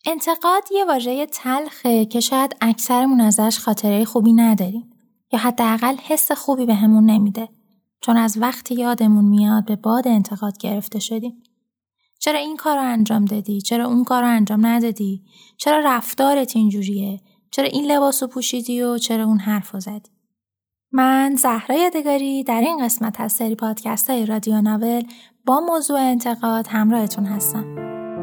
انتقاد یه واژه تلخه که شاید اکثرمون ازش خاطره خوبی نداریم یا حداقل حس خوبی بهمون نمیده، چون از وقتی یادمون میاد به باد انتقاد گرفته شدیم. چرا این کار رو انجام دادی؟ چرا اون کار رو انجام ندادی؟ چرا رفتارت اینجوریه؟ چرا این لباس رو پوشیدی و چرا اون حرف رو زدی؟ من زهرا یادگاری در این قسمت از سری پادکست های رادیو ناول با موضوع انتقاد همراهتون هستم.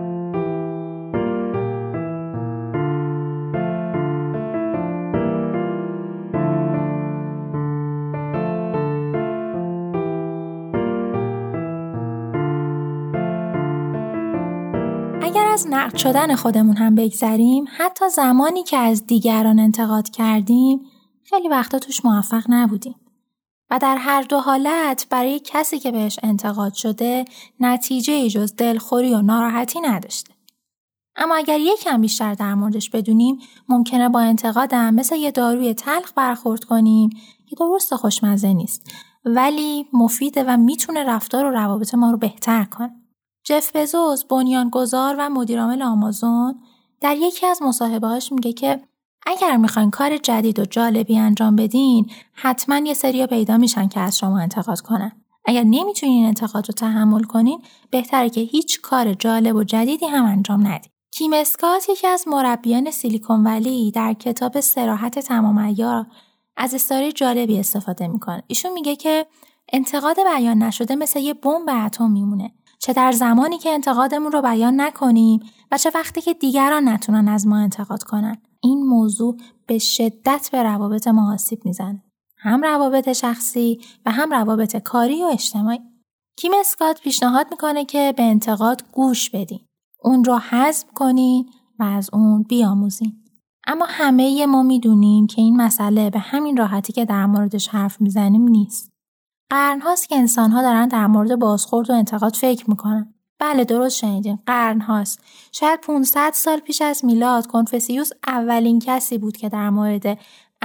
اگر از نقد شدن خودمون هم بگذریم، حتی زمانی که از دیگران انتقاد کردیم خیلی وقتا توش موفق نبودیم و در هر دو حالت برای کسی که بهش انتقاد شده نتیجه جز دلخوری و ناراحتی نداشته. اما اگر یکم بیشتر در موردش بدونیم ممکنه با انتقادم مثل یه داروی تلخ برخورد کنیم که درست خوشمزه نیست ولی مفیده و میتونه رفتار و روابط ما رو بهتر کنه. جف بزوس، بنیانگذار و مدیرعامل آمازون، در یکی از مصاحبه‌هاش میگه که اگر میخواین کار جدید و جالبی انجام بدین، حتما یه سریا پیدا میشن که از شما انتقاد کنن. اگر نمیتونین انتقاد رو تحمل کنین، بهتره که هیچ کار جالب و جدیدی هم انجام ندید. کیم اسکات، یکی از مربیان سیلیکون ولی، در کتاب صراحت تمام عیار از استعاره جالبی استفاده میکنه. ایشون میگه که انتقاد بیان نشده مثل یه بمب اتم میمونه. چه در زمانی که انتقادمون رو بیان نکنیم و چه وقتی که دیگران نتونن از ما انتقاد کنن. این موضوع به شدت به روابط ما آسیب میزنه. هم روابط شخصی و هم روابط کاری و اجتماعی. کیم اسکات پیشنهاد میکنه که به انتقاد گوش بدین. اون رو هضم کنین و از اون بیاموزین. اما همه ما میدونیم که این مسئله به همین راحتی که در موردش حرف میزنیم نیست. قرن‌هاست که انسان‌ها دارن در مورد بازخورد و انتقاد فکر میکنن. بله درست شنیدین، قرن‌هاست. شاید 500 سال پیش از میلاد کنفوسیوس اولین کسی بود که در مورد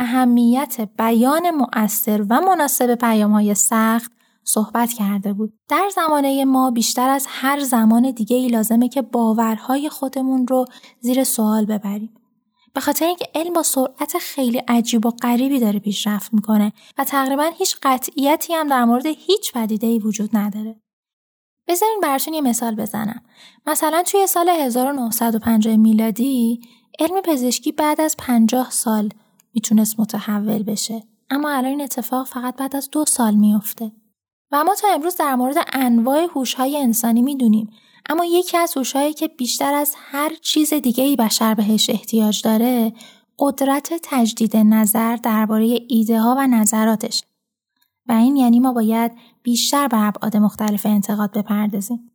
اهمیت بیان مؤثر و مناسب پیام‌های سخت صحبت کرده بود. در زمانه ما بیشتر از هر زمان دیگه‌ای لازمه که باورهای خودمون رو زیر سوال ببریم. به خاطر اینکه علم با سرعت خیلی عجیب و غریبی داره پیشرفت میکنه و تقریبا هیچ قطعیتی هم در مورد هیچ پدیده‌ای وجود نداره. بذارین براتون یه مثال بزنم. مثلا توی سال 1950 میلادی علم پزشکی بعد از 50 سال میتونست متحول بشه، اما الان این اتفاق فقط بعد از 2 سال میفته. و ما تا امروز در مورد انواع هوش‌های انسانی میدونیم، اما یکی از هوش‌هایی که بیشتر از هر چیز دیگه‌ای بشر بهش احتیاج داره، قدرت تجدید نظر درباره ایده‌ها و نظراتش. و این یعنی ما باید بیشتر به ابعاد مختلف انتقاد بپردازیم.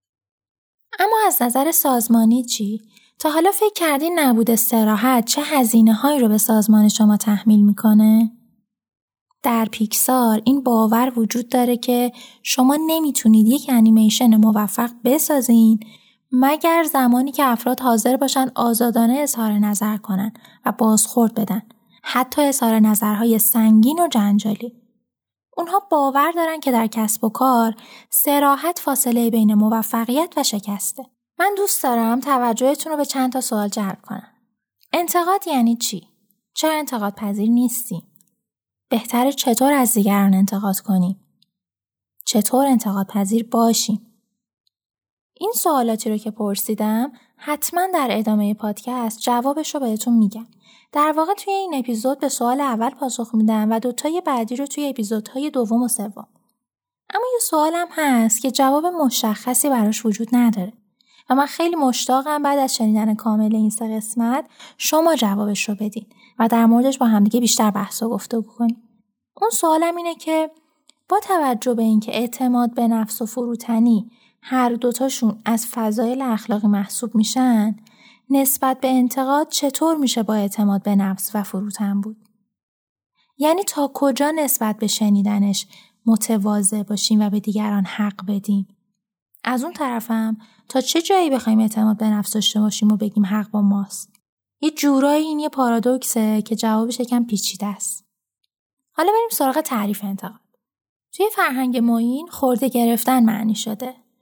اما از نظر سازمانی چی؟ تا حالا فکر کردین نبود استراحت چه هزینه‌هایی رو به سازمان شما تحمیل میکنه؟ در پیکسار این باور وجود داره که شما نمیتونید یک انیمیشن موفق بسازین مگر زمانی که افراد حاضر باشن آزادانه اظهار نظر کنن و بازخورد بدن، حتی اظهار نظرهای سنگین و جنجالی. اونها باور دارن که در کسب و کار صراحت فاصله بین موفقیت و شکسته. من دوست دارم توجهتون رو به چند تا سوال جلب کنم. انتقاد یعنی چی؟ چرا انتقاد پذیر نیستیم؟ بهتره چطور از دیگران انتقاد کنیم؟ چطور انتقاد پذیر باشیم؟ این سوالاتی رو که پرسیدم حتما در ادامه پادکست جوابش رو بهتون میگم. در واقع توی این اپیزود به سوال اول پاسخ میدم و 2 تای بعدی رو توی اپیزودهای 2 و 3. اما یه سوالم هست که جواب مشخصی براش وجود نداره و من خیلی مشتاقم بعد از شنیدن کامل این 3 قسمت شما جوابش رو بدین و در موردش با همدیگه بیشتر بحث و گفتگو کنیم. اون سوالم اینه که با توجه به اینکه اعتماد به نفس و فروتنی هر دوتاشون از فضایل اخلاقی محسوب میشن، نسبت به انتقاد چطور میشه با اعتماد به نفس و فروتن بود؟ یعنی تا کجا نسبت به شنیدنش متواضع باشیم و به دیگران حق بدیم؟ از اون طرفم تا چه جایی بخوایم اعتماد به نفس داشته باشیم و بگیم حق با ماست؟ یه جورایی این یه پارادوکسه که جوابش یکم پیچیده است. حالا بریم سراغ تعریف انتقاد. توی فرهنگ ما این خورده گرفتن معنی شده.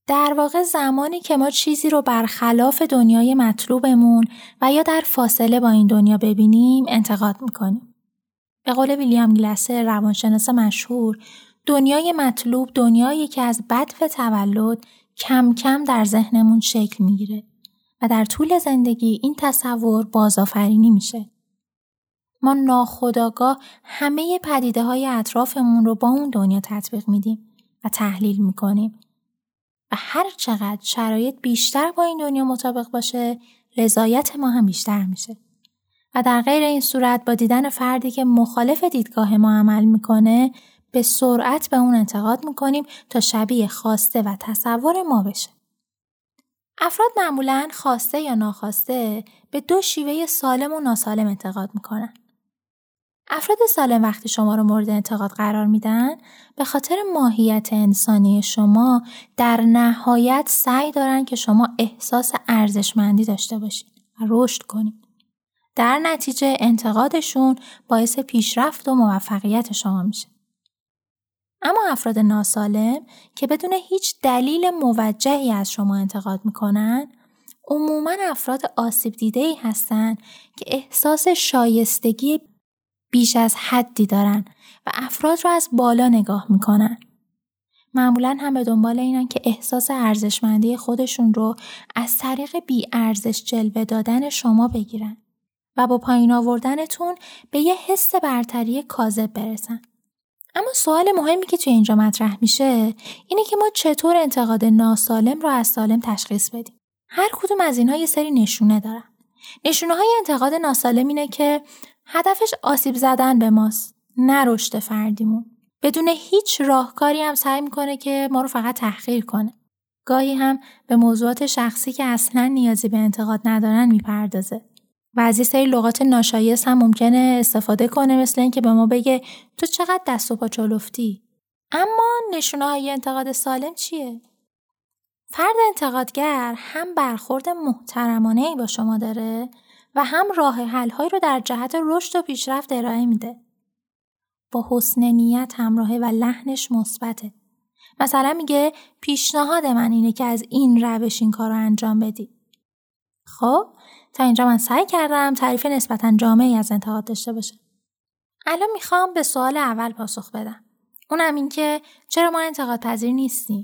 در واقع زمانی که ما چیزی رو برخلاف دنیای مطلوبمون و یا در فاصله با این دنیا ببینیم انتقاد میکنیم. به قول ویلیام گلاسر روانشناس مشهور، دنیای مطلوب دنیایی که از بدو تولد کم کم در ذهنمون شکل میگیره و در طول زندگی این تصور بازآفرینی میشه. ما ناخودآگاه همه پدیده‌های اطرافمون رو با اون دنیا تطبیق میدیم و تحلیل میکنیم و هر چقدر شرایط بیشتر با این دنیا مطابق باشه، رضایت ما هم بیشتر میشه. و در غیر این صورت با دیدن فردی که مخالف دیدگاه ما عمل میکنه، به سرعت به اون انتقاد میکنیم تا شبیه خواسته و تصور ما بشه. افراد معمولاً خواسته یا ناخواسته به دو شیوه سالم و ناسالم انتقاد میکنن. افراد سالم وقتی شما رو مورد انتقاد قرار میدن، به خاطر ماهیت انسانی شما در نهایت سعی دارن که شما احساس ارزشمندی داشته باشید و رشد کنید. در نتیجه انتقادشون باعث پیشرفت و موفقیت شما میشه. اما افراد ناسالم که بدون هیچ دلیل موجهی از شما انتقاد میکنن، عموماً افراد آسیب دیده‌ای هستن که احساس شایستگی بیش از حدی دارن و افراد رو از بالا نگاه میکنن. معمولاً هم به دنبال اینن که احساس ارزشمندی خودشون رو از طریق بی‌ارزش جلوه دادن شما بگیرن و با پایین آوردنتون به یه حس برتری کاذب برسن. اما سوال مهمی که توی اینجا مطرح میشه اینه که ما چطور انتقاد ناسالم رو از سالم تشخیص بدیم. هر کدوم از اینها یه سری نشونه دارن. نشونه‌های انتقاد ناسالم اینه که هدفش آسیب زدن به ماست، نه رشد فردیمون. بدون هیچ راهکاری هم سعی میکنه که ما رو فقط تحقیر کنه. گاهی هم به موضوعات شخصی که اصلاً نیازی به انتقاد ندارن میپردازه. و از یه سری لغات ناشایست هم ممکنه استفاده کنه، مثل این که به ما بگه تو چقدر دست و پا چلفتی. اما نشونه‌های انتقاد سالم چیه؟ فرد انتقادگر هم برخورد محترمانه‌ای با شما داره و هم راه حل‌هایی رو در جهت رشد و پیشرفت ارائه میده. با حسن نیت همراهه و لحنش مثبته. مثلا میگه پیشنهاد من اینه که از این روش این کار رو انجام بدی. خب تا اینجا من سعی کردم تعریف نسبتاً جامعی از انتقاد داشته باشه. الان میخوام به سوال اول پاسخ بدم. اونم این که چرا ما انتقاد پذیر نیستیم؟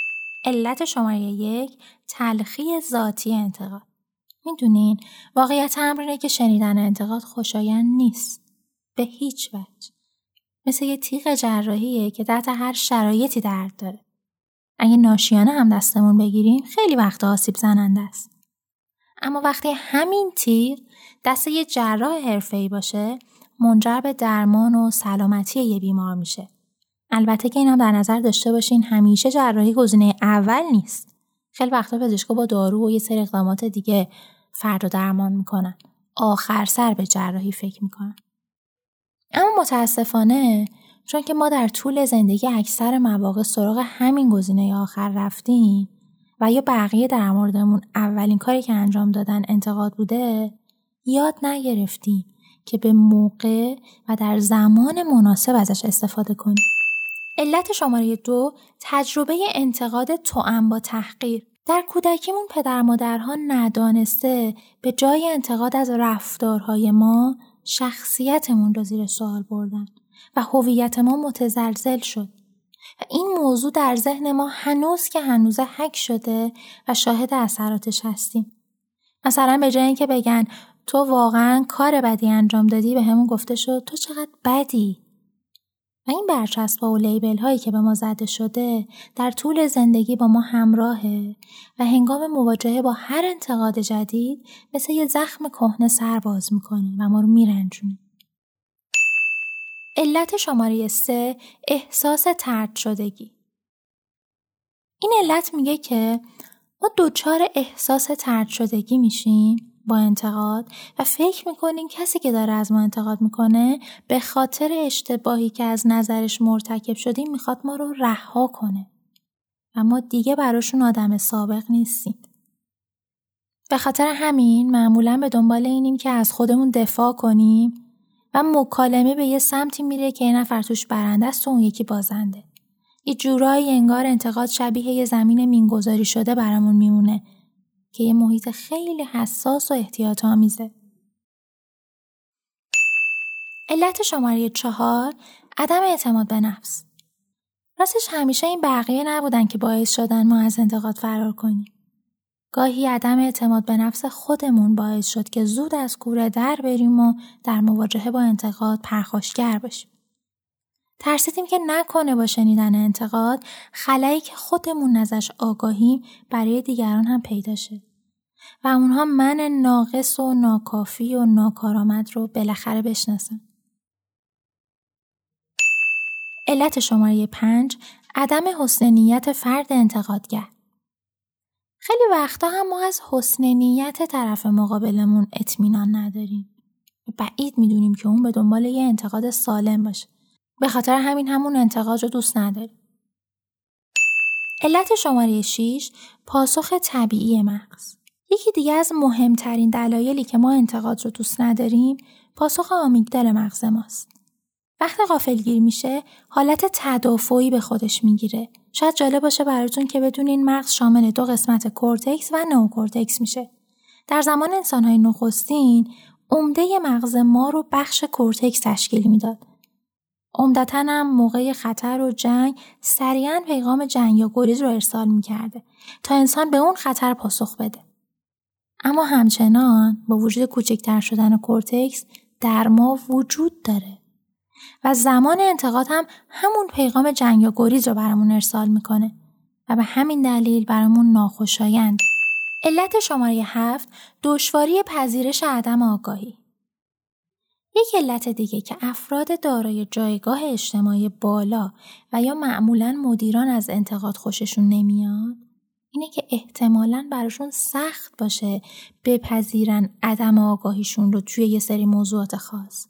علت شماره 1 تلخی ذاتی انتقاد. میدونین واقعیت امر اینه که شنیدن انتقاد خوشایند نیست. به هیچ وجه. مثل یه تیغ جراحیه که تحت هر شرایطی درد داره. اگه ناشیانه هم دستمون بگیریم خیلی وقت آسیب زننده است. اما وقتی همین تیغ دست یه جراح حرفه‌ای باشه، منجر به درمان و سلامتی یه بیمار میشه. البته که این هم در نظر داشته باشین همیشه جراحی گزینه اول نیست. خیلی وقتا پزشکا با دارو و یه سری اقدامات دیگه فرد رو درمان میکنن. آخر سر به جراحی فکر میکنن. اما متاسفانه چون که ما در طول زندگی اکثر مواقع سراغ همین گزینه آخر رفتیم و یا بقیه در موردمون اولین کاری که انجام دادن انتقاد بوده، یاد نگرفتیم که به موقع و در زمان مناسب ازش استفاده کنیم. علت شماره 2 تجربه انتقاد توأم با تحقیر. در کودکیمون پدر مادرها ندانسته به جای انتقاد از رفتارهای ما شخصیتمون رو زیر سوال بردن و هویت ما متزلزل شد. و این موضوع در ذهن ما هنوز که هنوز حک شده و شاهد اثراتش هستیم. مثلا به جای اینکه بگن تو واقعا کار بدی انجام دادی، به همون گفته شد تو چقدر بدی. و این برچسب‌ها و لیبل هایی که به ما زده شده در طول زندگی با ما همراهه و هنگام مواجهه با هر انتقاد جدید مثل یه زخم کهنه سر باز میکنه و ما رو میرنجونه. علت شماره 3 احساس طرد شدگی. این علت میگه که ما دچار احساس طرد شدگی میشیم با انتقاد و فکر میکنیم کسی که داره از ما انتقاد میکنه به خاطر اشتباهی که از نظرش مرتکب شدیم میخواد ما رو رها کنه و ما دیگه براشون آدم سابق نیستیم. به خاطر همین معمولاً به دنبال اینیم که از خودمون دفاع کنیم و مکالمه به یه سمتی میره که یه نفر توش برنده است و اون یکی بازنده. یه جورایی انگار انتقاد شبیه یه زمین مینگذاری شده برامون میمونه که یه محیط خیلی حساس و احتیاط آمیزه. علت شماره 4 عدم اعتماد به نفس. راستش همیشه این بقیه نبودن که باعث شدن ما از انتقاد فرار کنیم. گاهی عدم اعتماد به نفس خودمون باعث شد که زود از کوره در بریم و در مواجهه با انتقاد پرخاشگر باشیم. ترسیدیم که نکنه با شنیدن انتقاد خلایی که خودمون ازش آگاهیم برای دیگران هم پیدا شه و اونها من ناقص و ناکافی و ناکارآمد رو بالاخره بشناسن. علت شماره 5 عدم حسن نیت فرد انتقادگر. خیلی وقتا هم ما از حسن نیت طرف مقابلمون اطمینان نداریم. بعید میدونیم که اون به دنبال یه انتقاد سالم باشه. به خاطر همون انتقاد رو دوست نداریم. علت شماره 6 پاسخ طبیعی مغز. یکی دیگه از مهمترین دلایلی که ما انتقاد رو دوست نداریم پاسخ آمیگدال مغز ماست. وقتی غافلگیر میشه حالت تدافعی به خودش میگیره. شاید جالب باشه براتون که بدونین مغز شامل 2 قسمت کورتکس و نئوکورتکس میشه. در زمان انسان‌های نخستین عمده مغز ما رو بخش کورتکس تشکیل میداد. عمدتاً هم موقع خطر و جنگ سریعاً پیغام جنگ یا گریز رو ارسال میکرده تا انسان به اون خطر پاسخ بده. اما همچنان با وجود کوچکتر شدن کورتکس در ما وجود داره و زمان انتقاد هم همون پیغام جنگ یا گریز رو برامون ارسال میکنه و به همین دلیل برامون ناخوشایند. علت شماره 7 دشواری پذیرش عدم آگاهی. یک علت دیگه که افراد دارای جایگاه اجتماعی بالا و یا معمولاً مدیران از انتقاد خوششون نمیاد اینه که احتمالاً براشون سخت باشه بپذیرن عدم آگاهیشون رو توی یه سری موضوعات خاص.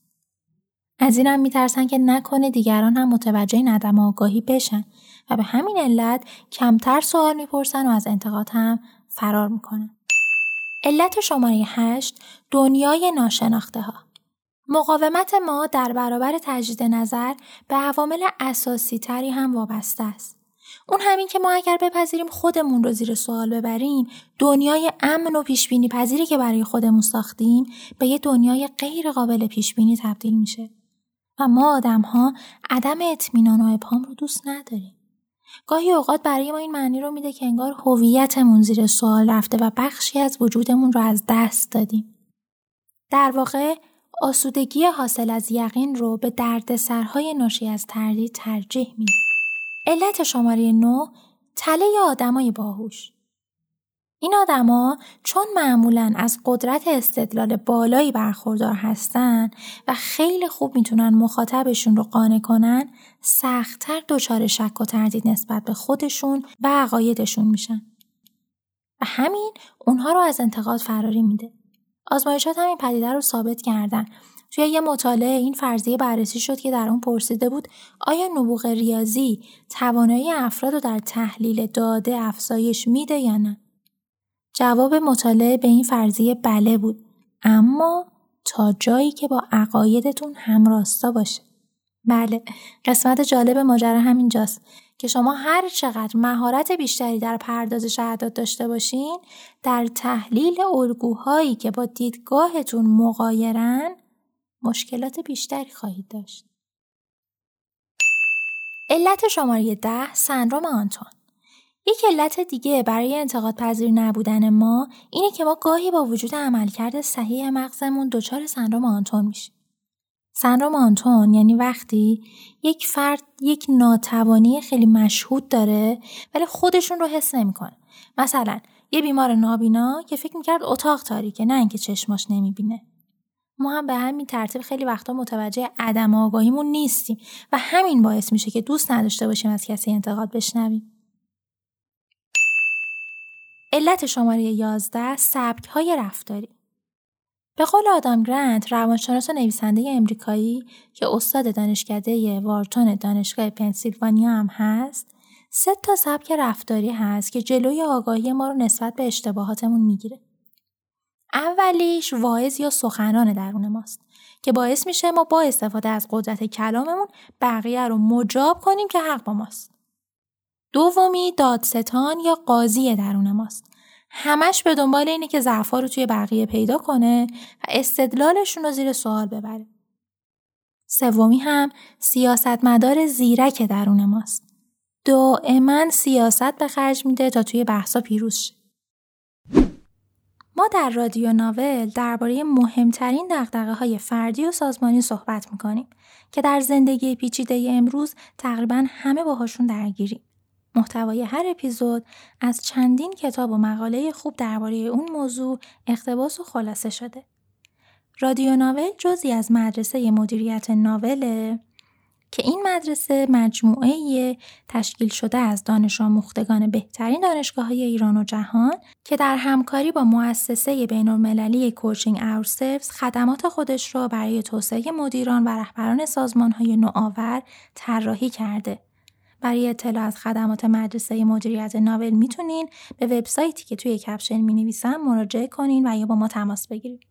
از اینم میترسن که نکنه دیگران هم متوجه این عدم آگاهی بشن و به همین علت کمتر سوال میپرسن و از انتقاد هم فرار میکنن. علت شماره 8 دنیای ناشناخته ها. مقاومت ما در برابر تجدید نظر به عوامل اساسی تری هم وابسته است. اون همین که ما اگر بپذیریم خودمون رو زیر سوال ببریم، دنیای امن و پیشبینی پذیری که برای خودمون ساختیم به یه دنیای غیر قابل پیشبینی تبدیل میشه. و ما آدم‌ها عدم اطمینان و ابهام رو دوست نداریم. گاهی اوقات برای ما این معنی رو میده که انگار هویتمون زیر سوال رفته و بخشی از وجودمون رو از دست دادیم. در واقع آسودگی حاصل از یقین رو به دردسرهای ناشی از تردید ترجیح میدیم. علت شماره 9 تله آدمای باهوش. این آدما چون معمولاً از قدرت استدلال بالایی برخوردار هستن و خیلی خوب میتونن مخاطبشون رو قانع کنن، سخت‌تر دچار شک و تردید نسبت به خودشون و عقایدشون میشن. و همین اونها رو از انتقاد فراری میده. آزمایشات هم این پدیده رو ثابت کردن. توی یه مطالعه این فرضیه بررسی شد که در اون پرسیده بود آیا نبوغ ریاضی توانایی افراد رو در تحلیل داده افزایش میده یا نه؟ جواب مطالعه به این فرضیه بله بود، اما تا جایی که با عقایدتون همراستا باشه. بله، قسمت جالب ماجرا همینجاست که شما هر چقدر مهارت بیشتری در پردازش اعداد داشته باشین، در تحلیل الگوهایی که با دیدگاهتون مغایرن مشکلات بیشتری خواهید داشت. علت شماره 10 سندرم آنتون. یک علت دیگه برای انتقاد پذیر نبودن ما اینه که ما گاهی با وجود عملکرد صحیح مغزمون دچار سندرم آنتون میشیم. سندرم آنتون یعنی وقتی یک فرد یک ناتوانی خیلی مشهود داره ولی خودشون رو حس نمی‌کنه. مثلا یه بیمار نابینا که فکر می‌کرد اتاق تاریکه، نه اینکه چشماش نمی‌بینه. ما هم به همین ترتیب خیلی وقتا متوجه عدم آگاهیمون نیستیم و همین باعث میشه که دوست نداشته باشیم از کسی انتقاد بشنویم. علت شماره 11 سبک‌های رفتاری. به قول آدام گرانت، روانشناس و نویسنده امریکایی که استاد دانشکده وارتون دانشگاه پنسیلوانیا هم هست، 3 سبک رفتاری هست که جلوی آگاهی ما رو نسبت به اشتباهاتمون میگیره. اولیش واعظ یا سخنران درون ماست که باعث میشه ما با استفاده از قدرت کلاممون بقیه رو مجاب کنیم که حق با ماست. دومی دادستان یا قاضی درون ماست. همش به دنبال اینه که ضعف‌ها رو توی بقیه پیدا کنه و استدلالشون رو زیر سوال ببره. سومی هم سیاستمدار زیرک درون ماست. دائما سیاست به خرج میده تا توی بحثا پیروز شه. ما در رادیو ناول درباره مهمترین دغدغه‌های فردی و سازمانی صحبت میکنیم که در زندگی پیچیده امروز تقریباً همه باهاشون درگیریم. محتوای هر اپیزود از چندین کتاب و مقاله خوب درباره اون موضوع اقتباس و خلاصه شده. رادیو ناول جزئی از مدرسه مدیریت ناوله که این مدرسه مجموعه تشکیل شده از دانش آموختگان بهترین دانشگاه‌های ایران و جهان که در همکاری با مؤسسه بین‌المللی کوچینگ اورسلوز خدمات خودش را برای توسعه مدیران و رهبران سازمان‌های نوآور طراحی کرده. برای اطلاع از خدمات مدرسه مدیریت ناول میتونین به وبسایتی که توی کپشن می‌نویسم مراجعه کنین و یا با ما تماس بگیرید.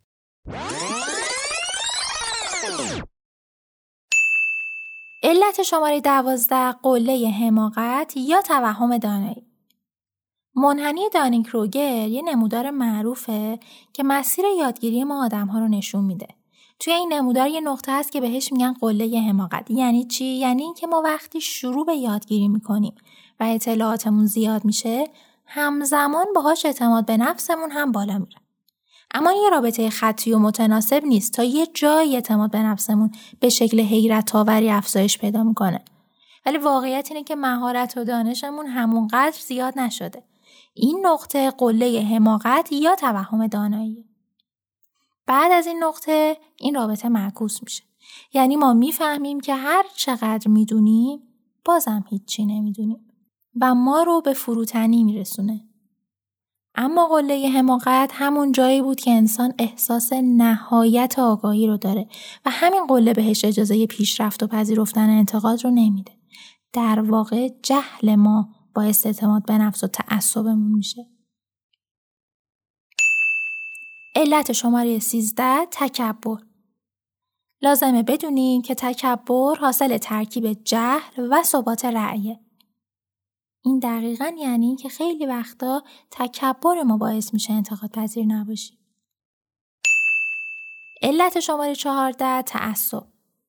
علت شماره 12 قله حماقت یا توهم دانایی. منحنی دانینگ-کروگر یه نمودار معروفه که مسیر یادگیری ما آدم‌ها رو نشون میده. توی این نمودار یه نقطه هست که بهش میگن قله حماقت. یعنی چی؟ یعنی این که ما وقتی شروع به یادگیری میکنیم و اطلاعاتمون زیاد میشه، همزمان باهاش اعتماد به نفسمون هم بالا میره. اما یه رابطه خطی و متناسب نیست. تا یه جای اعتماد به نفسمون به شکل حیرت‌آوری افزایش پیدا میکنه. ولی واقعیت اینه که مهارت و دانشمون همونقدر زیاد نشده. این نقطه قله حماقت یا توهم دانایی. بعد از این نقطه این رابطه معکوس میشه. یعنی ما میفهمیم که هر چقدر میدونیم بازم هیچی نمیدونیم و ما رو به فروتنی میرسونه. اما قله حماقت همون جایی بود که انسان احساس نهایت آگاهی رو داره و همین قله بهش اجازه پیشرفت و پذیرفتن انتقاد رو نمیده. در واقع جهل ما باعث اعتماد به نفس و تعصبمون میشه. علت شماره 13 تکبر. لازمه بدونیم که تکبر حاصل ترکیب جهل و ثبات رأیه. این دقیقاً یعنی که خیلی وقتا تکبر ما باعث میشه انتقاد پذیر نباشیم. علت شماره 14 تعصب.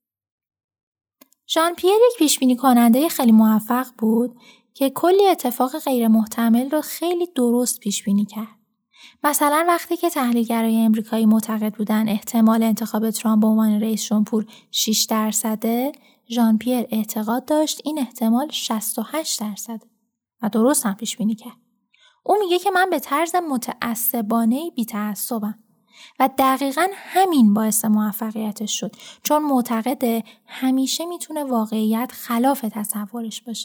ژان پیر یک پیشبینی کننده خیلی موفق بود که کلی اتفاق غیر محتمل رو خیلی درست پیشبینی کرد. مثلا وقتی که تحلیلگرای امریکایی معتقد بودن احتمال انتخاب ترامپ به عنوان رئیس جمهور 6%، ژان پیر اعتقاد داشت این احتمال 68% و درست هم پیش بینی کرد. او میگه که من به طرز متعصبانه‌ای بی‌تعصبم و دقیقاً همین باعث موفقیتش شد، چون معتقده همیشه میتونه واقعیت خلاف تصورش باشه.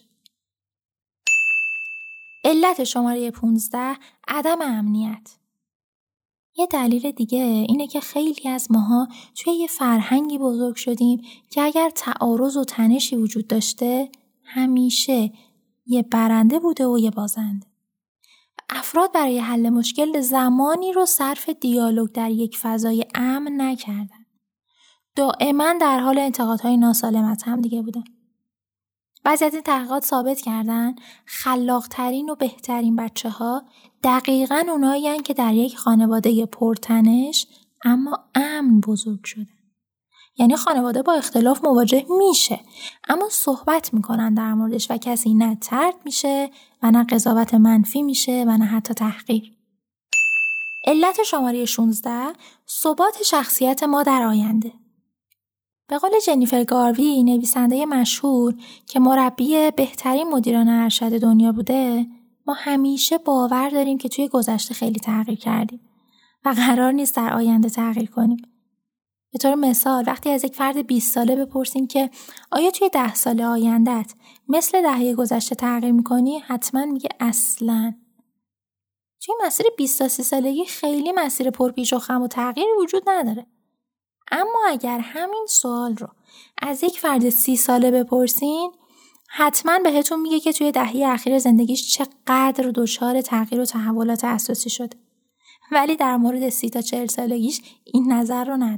علت شماره 15 عدم امنیت. یه دلیل دیگه اینه که خیلی از ماها توی یه فرهنگی بزرگ شدیم که اگر تعارض و تنشی وجود داشته همیشه یه برنده بوده و یه بازنده. افراد برای حل مشکل زمانی رو صرف دیالوگ در یک فضای امن نکردن. دائما در حال انتقادهای ناسالم از هم دیگه بودن. بعضی از این تحقیقات ثابت کردن خلاق‌ترین و بهترین بچه‌ها دقیقاً اونایی هستن که در یک خانواده پرتنش اما امن بزرگ شدن. یعنی خانواده با اختلاف مواجه میشه اما صحبت میکنن در موردش و کسی نه طرد میشه و نه قضاوت منفی میشه و نه حتی تحقیر. علت شماره 16 ثبات شخصیت ما در آینده. به قول جنیفر گاروی نویسنده مشهور که مربی بهترین مدیران ارشد دنیا بوده، ما همیشه باور داریم که توی گذشته خیلی تغییر کردیم و قرار نیست در آینده تغییر کنیم. به طور مثال وقتی از یک فرد 20 ساله بپرسین که آیا توی 10 سال آیندت مثل دهه گذشته تغییر میکنی؟ حتما میگه اصلاً. توی مسیر 20 تا 30 سالگی خیلی مسیر پرپیچ و خم و تغییری وجود نداره. اما اگر همین سوال رو از یک فرد 30 ساله بپرسین حتما بهتون میگه که توی دهه اخیر زندگیش چقدر دچار تغییر و تحولات اساسی شده. ولی در مورد 30 تا 40 سالگیش این نظر رو نداره.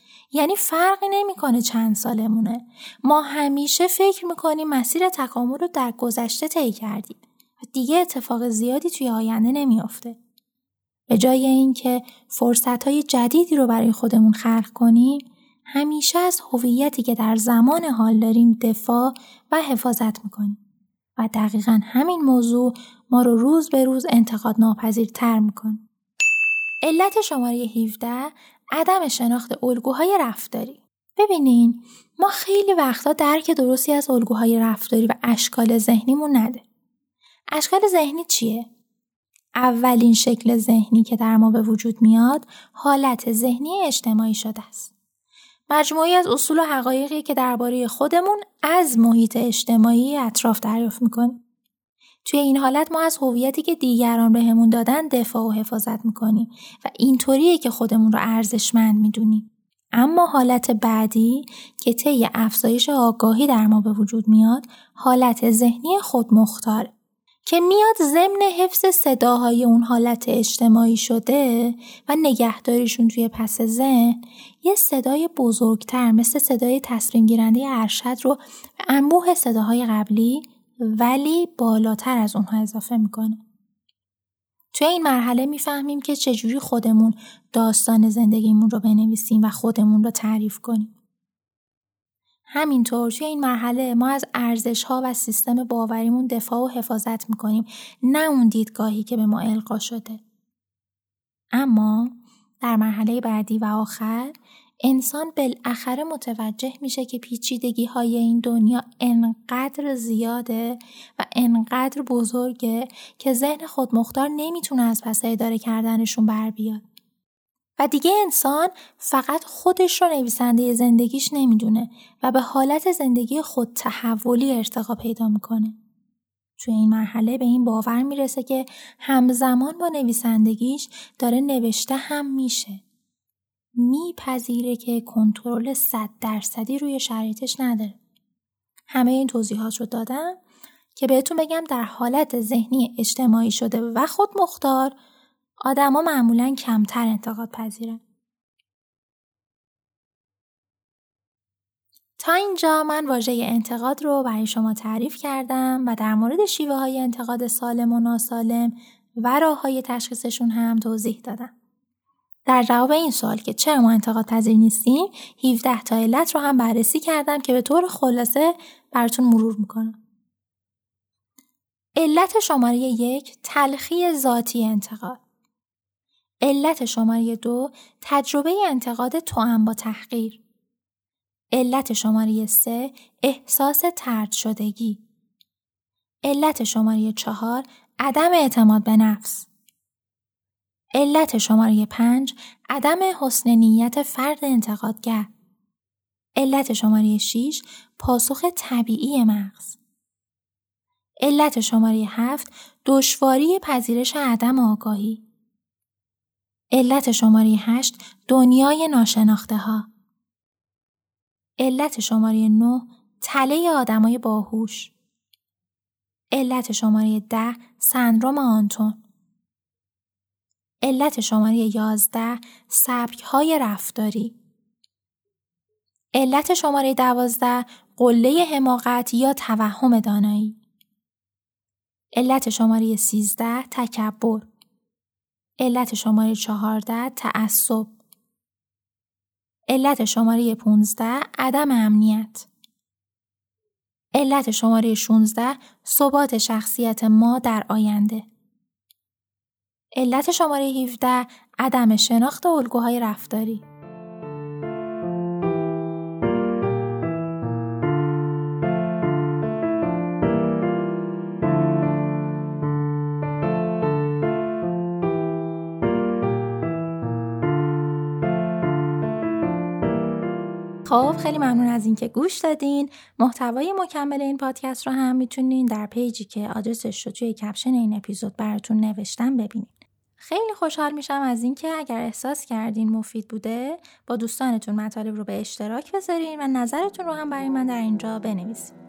یعنی فرقی نمیکنه چند سالمونه. ما همیشه فکر میکنیم مسیر تکامل رو در گذشته طی کردیم و دیگه اتفاق زیادی توی آینده نمیافته. به جای اینکه فرصت‌های جدیدی رو برای خودمون خلق کنیم، همیشه از هویتی که در زمان حال داریم دفاع و حفاظت میکنیم. و دقیقاً همین موضوع ما رو روز به روز انتقاد ناپذیرتر میکنه. علت شماره 17 عدم شناخت الگوهای رفتاری. ببینین ما خیلی وقتا درک درستی از الگوهای رفتاری و اشکال ذهنیمون نده. اشکال ذهنی چیه؟ اولین شکل ذهنی که در ما به وجود میاد حالت ذهنی اجتماعی شده است. مجموعی از اصول و حقایقی که درباره خودمون از محیط اجتماعی اطراف دریافت میکنیم. توی این حالت ما از هویتی که دیگران بهمون دادن دفاع و حفاظت میکنیم و اینطوریه که خودمون رو ارزشمند میدونیم. اما حالت بعدی که طی افزایش آگاهی در ما به وجود میاد حالت ذهنی خودمختاره که میاد ضمن حفظ صداهای اون حالت اجتماعی شده و نگهداریشون توی پس ذهن یه صدای بزرگتر مثل صدای تصمیم گیرنده ارشد رو به انبوه صداهای قبلی ولی بالاتر از اونها اضافه میکنه. توی این مرحله میفهمیم که چجوری خودمون داستان زندگیمون رو بنویسیم و خودمون رو تعریف کنیم. همینطور توی این مرحله ما از ارزش‌ها و سیستم باوریمون دفاع و حفاظت میکنیم، نه اون دیدگاهی که به ما القا شده. اما در مرحله بعدی و آخر انسان بالاخره متوجه میشه که پیچیدگی‌های این دنیا انقدر زیاده و انقدر بزرگه که ذهن خودمختار نمیتونه از پس اداره کردنشون بر بیاد. و دیگه انسان فقط خودش رو نویسنده زندگیش نمیدونه و به حالت زندگی خود تحولی ارتقا پیدا میکنه. توی این مرحله به این باور میرسه که همزمان با نویسندگیش داره نوشته هم میشه. میپذیره که کنترل 100% روی شرایطش نداره. همه این توضیحات رو دادم که بهتون بگم در حالت ذهنی اجتماعی شده و خودمختار آدما معمولاً کمتر انتقاد پذیرن. تا اینجا من واژه انتقاد رو برای شما تعریف کردم و در مورد شیوه‌های انتقاد سالم و ناسالم و راه‌های تشخیصشون هم توضیح دادم. در جواب این سوال که چرا ما انتقاد پذیر نیستیم 17 تا علت رو هم بررسی کردم که به طور خلاصه براتون مرور میکنم. علت شماره 1 تلخی ذاتی انتقاد. علت شماره 2 تجربه انتقاد توأم با تحقیر. علت شماره 3 احساس طرد شدگی. علت شماره 4 عدم اعتماد به نفس. علت شماره 5 عدم حسن نیت فرد انتقادگر. علت شماره 6 پاسخ طبیعی مغز. علت شماره 7 دشواری پذیرش عدم آگاهی. علت شماره 8 دنیای ناشناخته ها. علت شماره 9 تله آدمای باهوش. علت شماره 10 سندرم آنتون. علت شماره 11 سبک‌های رفتاری. علت شماره 12 قله حماقت یا توهم دانایی. علت شماره 13 تکبر. علت شماره 14 تعصب. علت شماره 15 عدم امنیت. علت شماره 16 ثبات شخصیت ما در آینده. علت شماره 17 عدم شناخت الگوهای رفتاری. خب خیلی ممنون از اینکه گوش دادین. محتوای مکمل این پادکست رو هم میتونین در پیجی که آدرسش رو توی کپشن این اپیزود براتون نوشتم ببینید. خیلی خوشحال میشم از اینکه اگر احساس کردین مفید بوده با دوستانتون مطالب رو به اشتراک بذارین و نظرتون رو هم برای من در اینجا بنویسین.